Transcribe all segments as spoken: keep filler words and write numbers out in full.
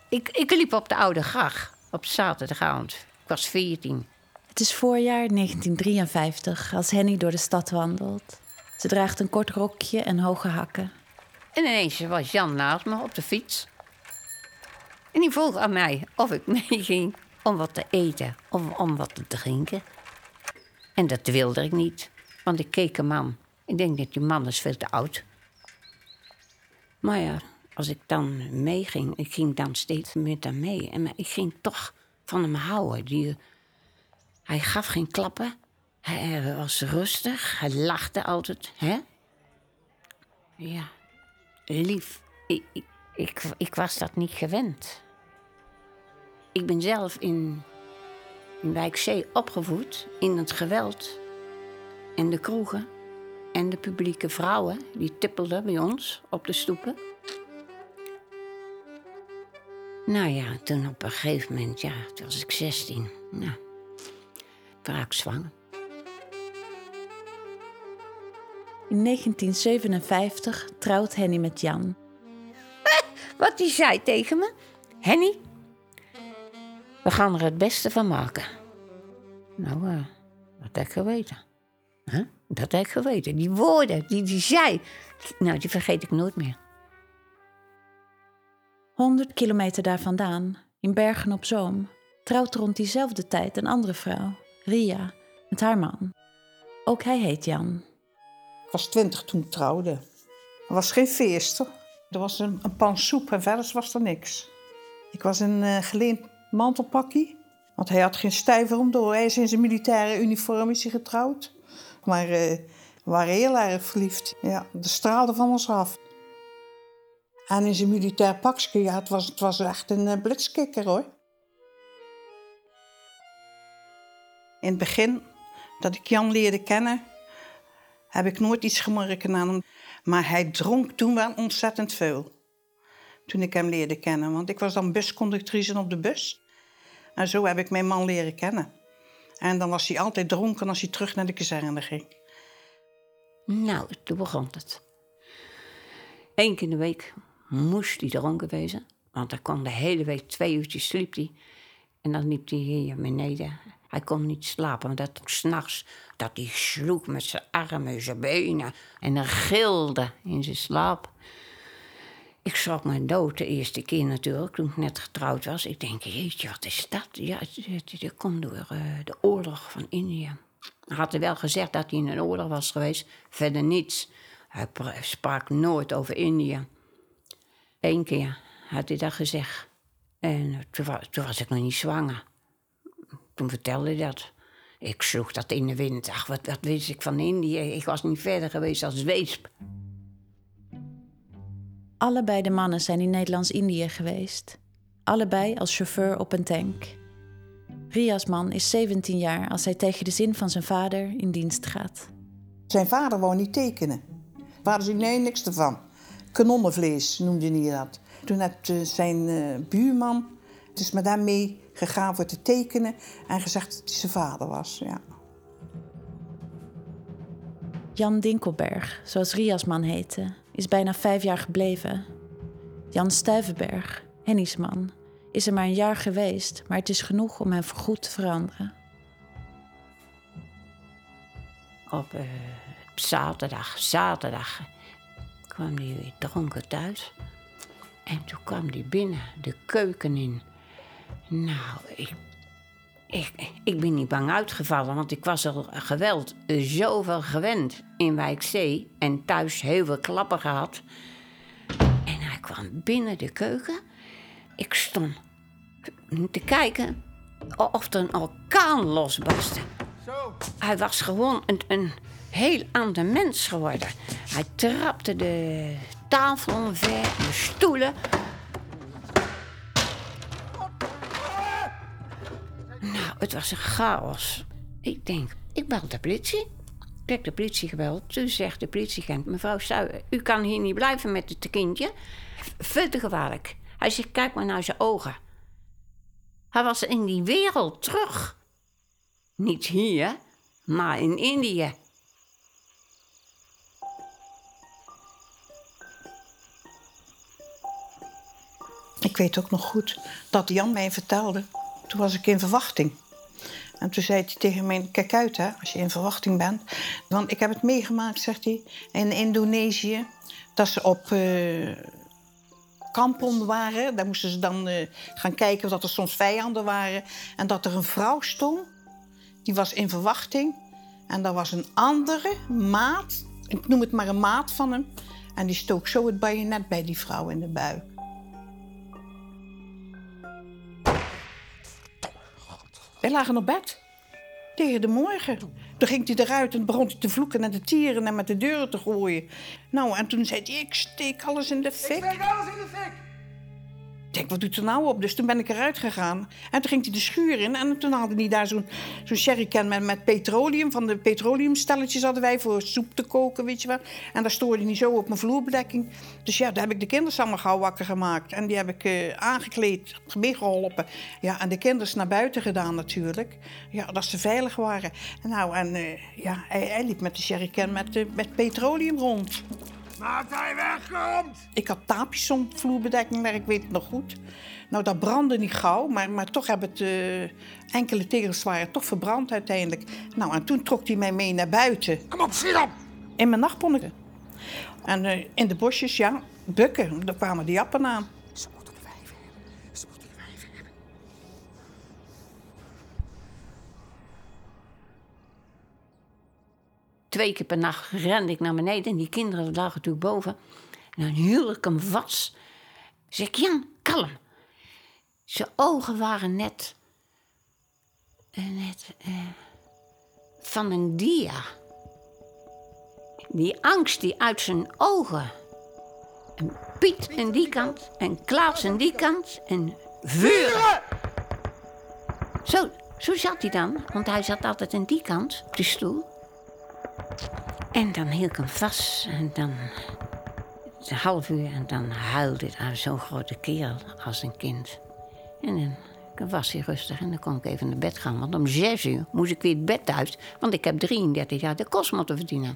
Ik, ik liep op de Oude Gracht op zaterdagavond. Ik was veertien. Het is voorjaar negentien drieënvijftig als Henny door de stad wandelt. Ze draagt een kort rokje en hoge hakken. En ineens was Jan naast me op de fiets. En die vroeg aan mij of ik meeging om wat te eten of om wat te drinken. En dat wilde ik niet, want ik keek hem aan. Ik denk dat die man is veel te oud. Maar ja, als ik dan meeging, ik ging dan steeds met hem mee. En ik ging toch van hem houden. Die, hij gaf geen klappen. Hij was rustig. Hij lachte altijd. Hè? Ja, lief. Ik, ik, ik, ik was dat niet gewend. Ik ben zelf in, in Wijk Zee opgevoed. In het geweld. En de kroegen. En de publieke vrouwen. Die tippelden bij ons op de stoepen. Nou ja, toen op een gegeven moment, ja, toen was ik zestien. Nou, ik raak zwanger. In negentien zevenenvijftig trouwt Henny met Jan. Wat die zei tegen me? Henny, we gaan er het beste van maken. Nou, uh, dat heb ik geweten. Huh? Dat heb ik geweten. Die woorden die die zei, nou, die vergeet ik nooit meer. Honderd kilometer daar vandaan, in Bergen op Zoom, trouwt rond diezelfde tijd een andere vrouw, Ria, met haar man. Ook hij heet Jan. Ik was twintig toen ik trouwde. Er was geen feest, hoor. Er was een, een pan soep en verder was er niks. Ik was een uh, geleend mantelpakkie, want hij had geen stijver om door. Hij is in zijn militaire uniform is hij getrouwd. Maar uh, we waren heel erg verliefd. Ja, dat straalde van ons af. En in zijn militair pakje, ja, het was, het was echt een uh, blitskikker, hoor. In het begin, dat ik Jan leerde kennen, heb ik nooit iets gemerkt aan hem. Maar hij dronk toen wel ontzettend veel. Toen ik hem leerde kennen. Want ik was dan busconductrice op de bus. En zo heb ik mijn man leren kennen. En dan was hij altijd dronken als hij terug naar de kazerne ging. Nou, toen begon het. Eén keer in de week moest hij dronken wezen. Want hij kon de hele week, twee uurtjes sliep hij. En dan liep hij hier beneden. Hij kon niet slapen, want dat 's nachts dat hij sloeg met zijn armen, zijn benen. En dan gilde in zijn slaap. Ik schrok me dood de eerste keer natuurlijk, toen ik net getrouwd was. Ik denk, jeetje, wat is dat? Ja, dat komt door uh, de oorlog van Indië. Hij had er wel gezegd dat hij in een oorlog was geweest. Verder niets. Hij sprak nooit over Indië. Eén keer had hij dat gezegd. En toen was, toen was ik nog niet zwanger. Toen vertelde hij dat. Ik sloeg dat in de wind. Ach, wat, wat wist ik van Indië? Ik was niet verder geweest als weesp. Allebei de mannen zijn in Nederlands-Indië geweest. Allebei als chauffeur op een tank. Ria's man is zeventien jaar als hij tegen de zin van zijn vader in dienst gaat. Zijn vader wou niet tekenen. Vader zei, nee, niks ervan. Kanonnenvlees noemde hij dat. Toen heeft zijn uh, buurman, het is met hem mee gegaan voor te tekenen en gezegd dat hij zijn vader was, ja. Jan Dinkelberg, zoals Ria's man heette, is bijna vijf jaar gebleven. Jan Stuyvenberg, Henny's man, is er maar een jaar geweest, maar het is genoeg om hem voorgoed te veranderen. Op uh, zaterdag, zaterdag kwam hij weer dronken thuis. En toen kwam hij binnen, de keuken in. Nou, ik, ik, ik ben niet bang uitgevallen, want ik was al geweld zoveel gewend in Wijk Zee. En thuis heel veel klappen gehad. En hij kwam binnen de keuken. Ik stond te kijken of er een orkaan losbarstte. Zo. Hij was gewoon een, een heel ander mens geworden. Hij trapte de tafel omver, de stoelen. Nou, het was een chaos. Ik denk, ik bel de politie. Ik heb de politie gebeld. Toen zegt de politieagent, mevrouw Stuy, u kan hier niet blijven met het kindje. Veel te gevaarlijk. Hij zegt, kijk maar naar zijn ogen. Hij was in die wereld terug. Niet hier, maar in Indië. Ik weet ook nog goed dat Jan mij vertelde. Toen was ik in verwachting. En toen zei hij tegen mij, kijk uit hè, als je in verwachting bent. Want ik heb het meegemaakt, zegt hij, in Indonesië. Dat ze op uh, kampong waren. Daar moesten ze dan uh, gaan kijken of dat er soms vijanden waren. En dat er een vrouw stond, die was in verwachting. En dat was een andere maat, ik noem het maar een maat van hem. En die stook zo het bajonet bij die vrouw in de buik. Wij lagen op bed. Tegen de morgen. Toen ging hij eruit en begon hij te vloeken en te tieren en met de deuren te gooien. Nou, en toen zei hij, ik steek alles in de fik. Ik steek alles in de fik. Ik denk, wat doet er nou op? Dus toen ben ik eruit gegaan. En toen ging hij de schuur in. En toen hadden die daar zo'n zo'n sherrycan met, met petroleum. Van de petroleumstelletjes hadden wij voor soep te koken, weet je wel. En daar stoorde hij zo op mijn vloerbedekking. Dus ja, daar heb ik de kinderen allemaal gauw wakker gemaakt. En die heb ik uh, aangekleed, meegeholpen. Ja, en de kinderen naar buiten gedaan natuurlijk. Ja, dat ze veilig waren. En nou, en uh, ja, hij, hij liep met de sherrycan met, uh, met petroleum rond. Maar als hij wegkomt! Ik had taapjes om vloerbedekking, maar ik weet het nog goed. Nou, dat brandde niet gauw, maar, maar toch hebben het uh, enkele tegels waren toch verbrand uiteindelijk. Nou, en toen trok hij mij mee naar buiten. Kom op, schiet op! In mijn nachtponnetje. En uh, in de bosjes, ja, bukken, daar kwamen die appen aan. Ze moeten de vijf hebben. Ze moeten de vijf hebben. Twee keer per nacht rende ik naar beneden en die kinderen lagen natuurlijk boven. En dan hield ik hem vast. Zeg ik, Jan, kalm. Zijn ogen waren net, uh, net uh, van een dia. Die angst die uit zijn ogen. En Piet aan die kant en Klaas aan die kant en vuren. Zo, zo zat hij dan, want hij zat altijd aan die kant op de stoel. En dan hield ik hem vast en dan een half uur en dan huilde hij zo'n grote kerel als een kind. En dan was hij rustig en dan kon ik even naar bed gaan. Want om zes uur moest ik weer het bed uit, want ik heb drieëndertig jaar de kost moeten verdienen.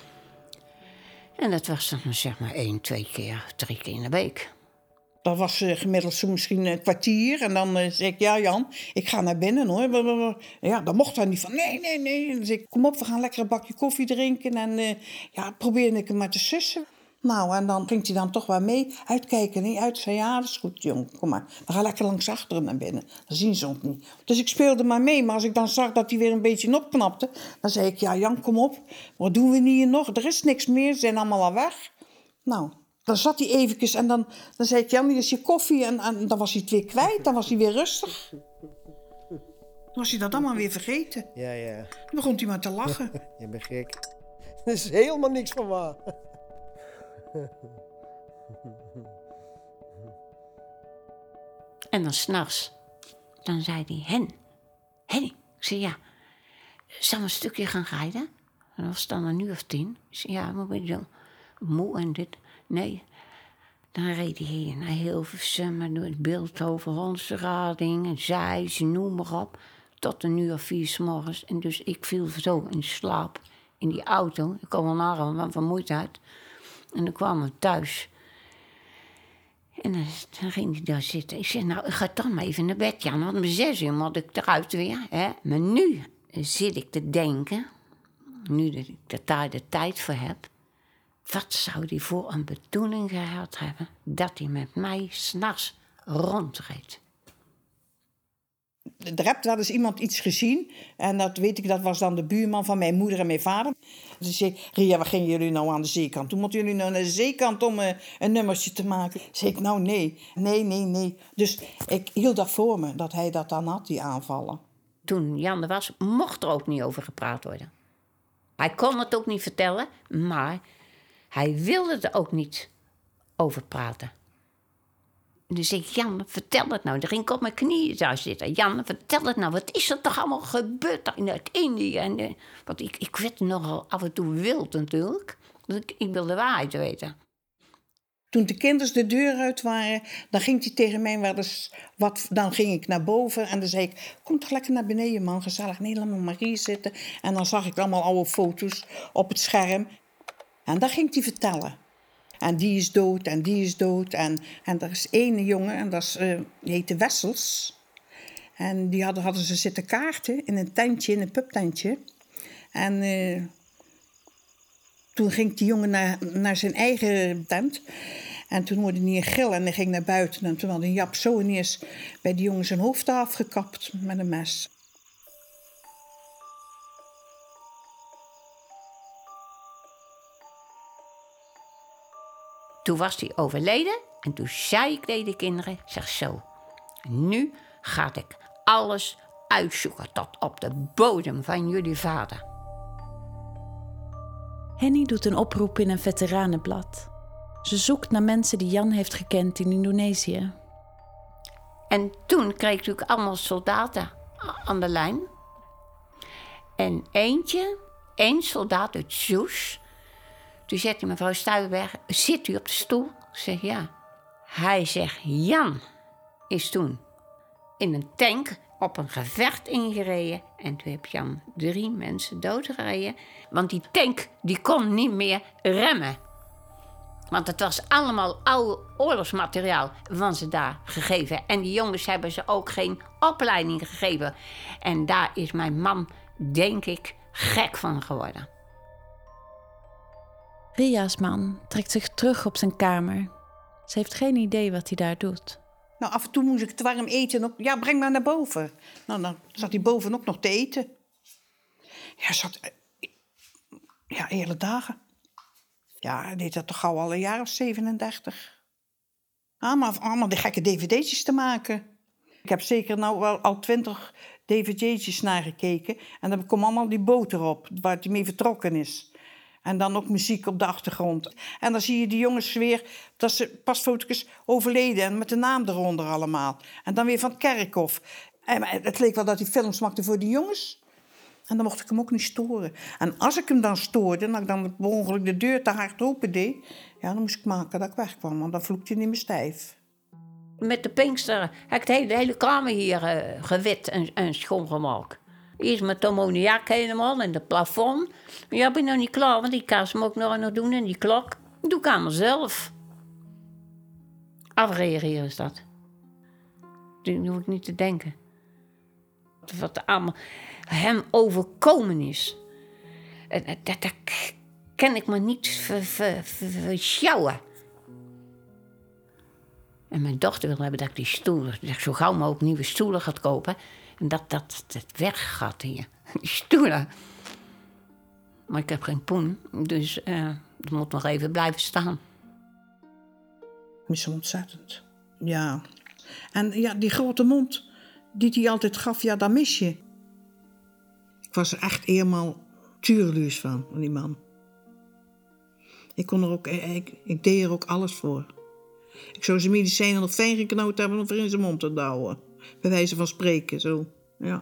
En dat was dan zeg maar één, twee keer, drie keer in de week. Dat was uh, gemiddeld zo misschien een kwartier. En dan uh, zei ik, ja Jan, ik ga naar binnen hoor. Ja, dan mocht hij niet van, nee, nee, nee. Dan zei ik, kom op, we gaan lekker een bakje koffie drinken. En uh, ja, probeerde ik hem maar te sussen. Nou, en dan ging hij dan toch wel mee. Uitkijken, niet uit. Zei, ja, dat is goed, jongen, kom maar. We gaan lekker langs achteren naar binnen. Dan zien ze ons niet. Dus ik speelde maar mee. Maar als ik dan zag dat hij weer een beetje opknapte, dan zei ik, ja Jan, kom op. Wat doen we hier nog? Er is niks meer, ze zijn allemaal al weg. Nou, dan zat hij eventjes en dan, dan zei ik, Jan, hier is je koffie. En, en dan was hij het weer kwijt, dan was hij weer rustig. Dan was hij dat allemaal weer vergeten. Ja, ja. Dan begon hij maar te lachen. Je bent gek. Er is helemaal niks van waar. En dan s'nachts, dan zei hij, Hen, Henny. Ik zei, ja, zal we een stukje gaan rijden? En dat was dan een uur of tien. Ik zei, ja, maar ben je zo moe en dit? Nee. Dan reed hij hier naar Hilversum en door het Bilthoven, Hondsrading en Zeist, noem maar op. Tot een uur of vier 's morgens. En dus ik viel zo in slaap in die auto. Ik kwam wel naar van vermoeidheid. En dan kwam ik thuis. En dan, dan ging hij daar zitten. Ik zei, nou, ik ga toch maar even naar bed, Jan. Want om zes uur moet ik eruit weer. Hè? Maar nu zit ik te denken, nu dat ik daar de tijd voor heb, wat zou hij voor een bedoeling gehad hebben dat hij met mij 's nachts rondreed? Er hebt wel eens iemand iets gezien. En dat weet ik, dat was dan de buurman van mijn moeder en mijn vader. Ze zei, Ria, waar gingen jullie nou aan de zeekant? Toen moeten jullie nou naar de zeekant om uh, een nummertje te maken. Zei ik, nou nee, nee, nee, nee. Dus ik hield dat voor me, dat hij dat dan had, die aanvallen. Toen Jan er was, mocht er ook niet over gepraat worden. Hij kon het ook niet vertellen, maar hij wilde er ook niet over praten. Dus ik, Jan, vertel het nou. Dan ging ik op mijn knieën daar zitten. Jan, vertel het nou. Wat is er toch allemaal gebeurd in het Indië? En, uh, want ik, ik werd nogal af en toe wild natuurlijk. Dus ik, ik wilde de waarheid weten. Toen de kinderen de deur uit waren, dan ging hij tegen mij wel eens wat. Dan ging ik naar boven en dan zei ik, kom toch lekker naar beneden man, gezellig. Nee, laat maar hier zitten. En dan zag ik allemaal oude foto's op het scherm. En dan ging hij vertellen. En die is dood en die is dood. En, en er is één jongen, en dat is, uh, die heette Wessels. En die hadden, hadden ze zitten kaarten in een tentje, in een pubtentje. En uh, toen ging die jongen naar, naar zijn eigen tent. En toen hoorde hij een gil en hij ging naar buiten. En toen had een Jap zo ineens bij die jongen zijn hoofd afgekapt met een mes. Toen was hij overleden en toen zei ik tegen de kinderen, ik zeg zo, nu ga ik alles uitzoeken tot op de bodem van jullie vader. Henny doet een oproep in een veteranenblad. Ze zoekt naar mensen die Jan heeft gekend in Indonesië. En toen kreeg ik natuurlijk allemaal soldaten aan de lijn. En eentje, één soldaat uit Soes. Toen zegt hij, mevrouw Stuyvenberg, zit u op de stoel? Ik zeg, ja. Hij zegt, Jan is toen in een tank op een gevecht ingereden. En toen heb Jan drie mensen doodgereden. Want die tank die kon niet meer remmen. Want het was allemaal oude oorlogsmateriaal van ze daar gegeven. En die jongens hebben ze ook geen opleiding gegeven. En daar is mijn man, denk ik, gek van geworden. Ria's man trekt zich terug op zijn kamer. Ze heeft geen idee wat hij daar doet. Nou, af en toe moest ik het warm eten. Op, ja, breng maar naar boven. Nou, dan zat hij bovenop nog te eten. Ja, zat... Ja, hele dagen. Ja, hij deed dat toch gauw al een jaar of zevenendertig. Allemaal, allemaal die gekke dvd'tjes te maken. Ik heb zeker nou wel al twintig dvd'tjes naar gekeken. En dan komt allemaal die boter op, waar hij mee vertrokken is. En dan ook muziek op de achtergrond. En dan zie je die jongens weer, dat ze pas foto's overleden en met de naam eronder allemaal. En dan weer van het kerkhof. En het leek wel dat hij films maakte voor die jongens. En dan mocht ik hem ook niet storen. En als ik hem dan stoorde, en ik dan per ongeluk de deur te hard open deed, ja, dan moest ik maken dat ik wegkwam, want dan vloekte hij niet meer stijf. Met de Pinkster heb ik de hele, de hele kamer hier uh, gewit en, en schoongemaakt. Eerst met ammoniak helemaal en het plafond. Ja, ben ik nog niet klaar, want die kaas moet ik nog, nog doen en die klok. Dat doe ik allemaal zelf. Afreageren is dat. Daar hoef ik niet te denken. Wat er allemaal hem overkomen is. Dat, dat kan ik me niet verschouwen. En mijn dochter wil hebben dat ik die stoelen, dat ik zo gauw mogelijk nieuwe stoelen ga kopen. En dat dat, dat weg gaat hier. Die stoelen. Maar ik heb geen poen, dus uh, dat moet nog even blijven staan. Mis hem ontzettend. Ja. En ja, die grote mond die hij altijd gaf, ja, dat mis je. Ik was er echt helemaal tuurluus van, van die man. Ik kon er ook, ik, ik deed er ook alles voor. Ik zou zijn medicijnen nog fijn geknoot hebben om er in zijn mond te douwen. Bij wijze van spreken, zo. Ja.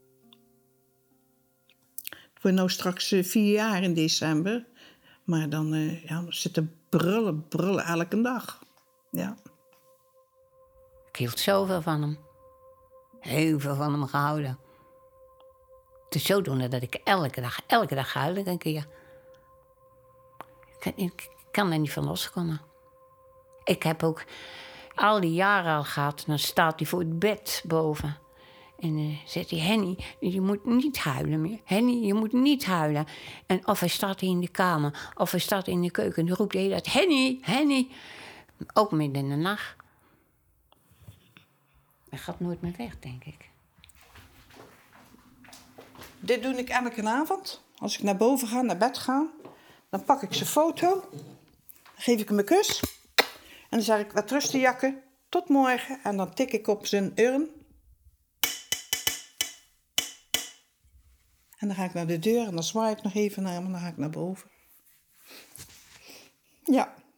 Het wordt nou straks uh, vier jaar in december. Maar dan, uh, ja, dan zitten brullen, brullen elke dag. Ja. Ik hield zoveel van hem. Heel veel van hem gehouden. Het is zodoende dat ik elke dag, elke dag huilde een keer. Ik, ik kan er niet van loskomen. Ik heb ook al die jaren al gehad. Dan staat hij voor het bed boven. En dan uh, zegt hij, Henny, je moet niet huilen meer. Henny, je moet niet huilen. En of hij staat in de kamer, of hij staat in de keuken. En dan roept hij dat, Henny, Henny. Ook midden in de nacht. Hij gaat nooit meer weg, denk ik. Dit doe ik elke avond. Als ik naar boven ga, naar bed ga, dan pak ik zijn foto. Dan geef ik hem een kus. En dan zeg ik, wat rusten jakken, tot morgen. En dan tik ik op zijn urn. En dan ga ik naar de deur en dan zwaai ik nog even naar hem en dan ga ik naar boven. Ja.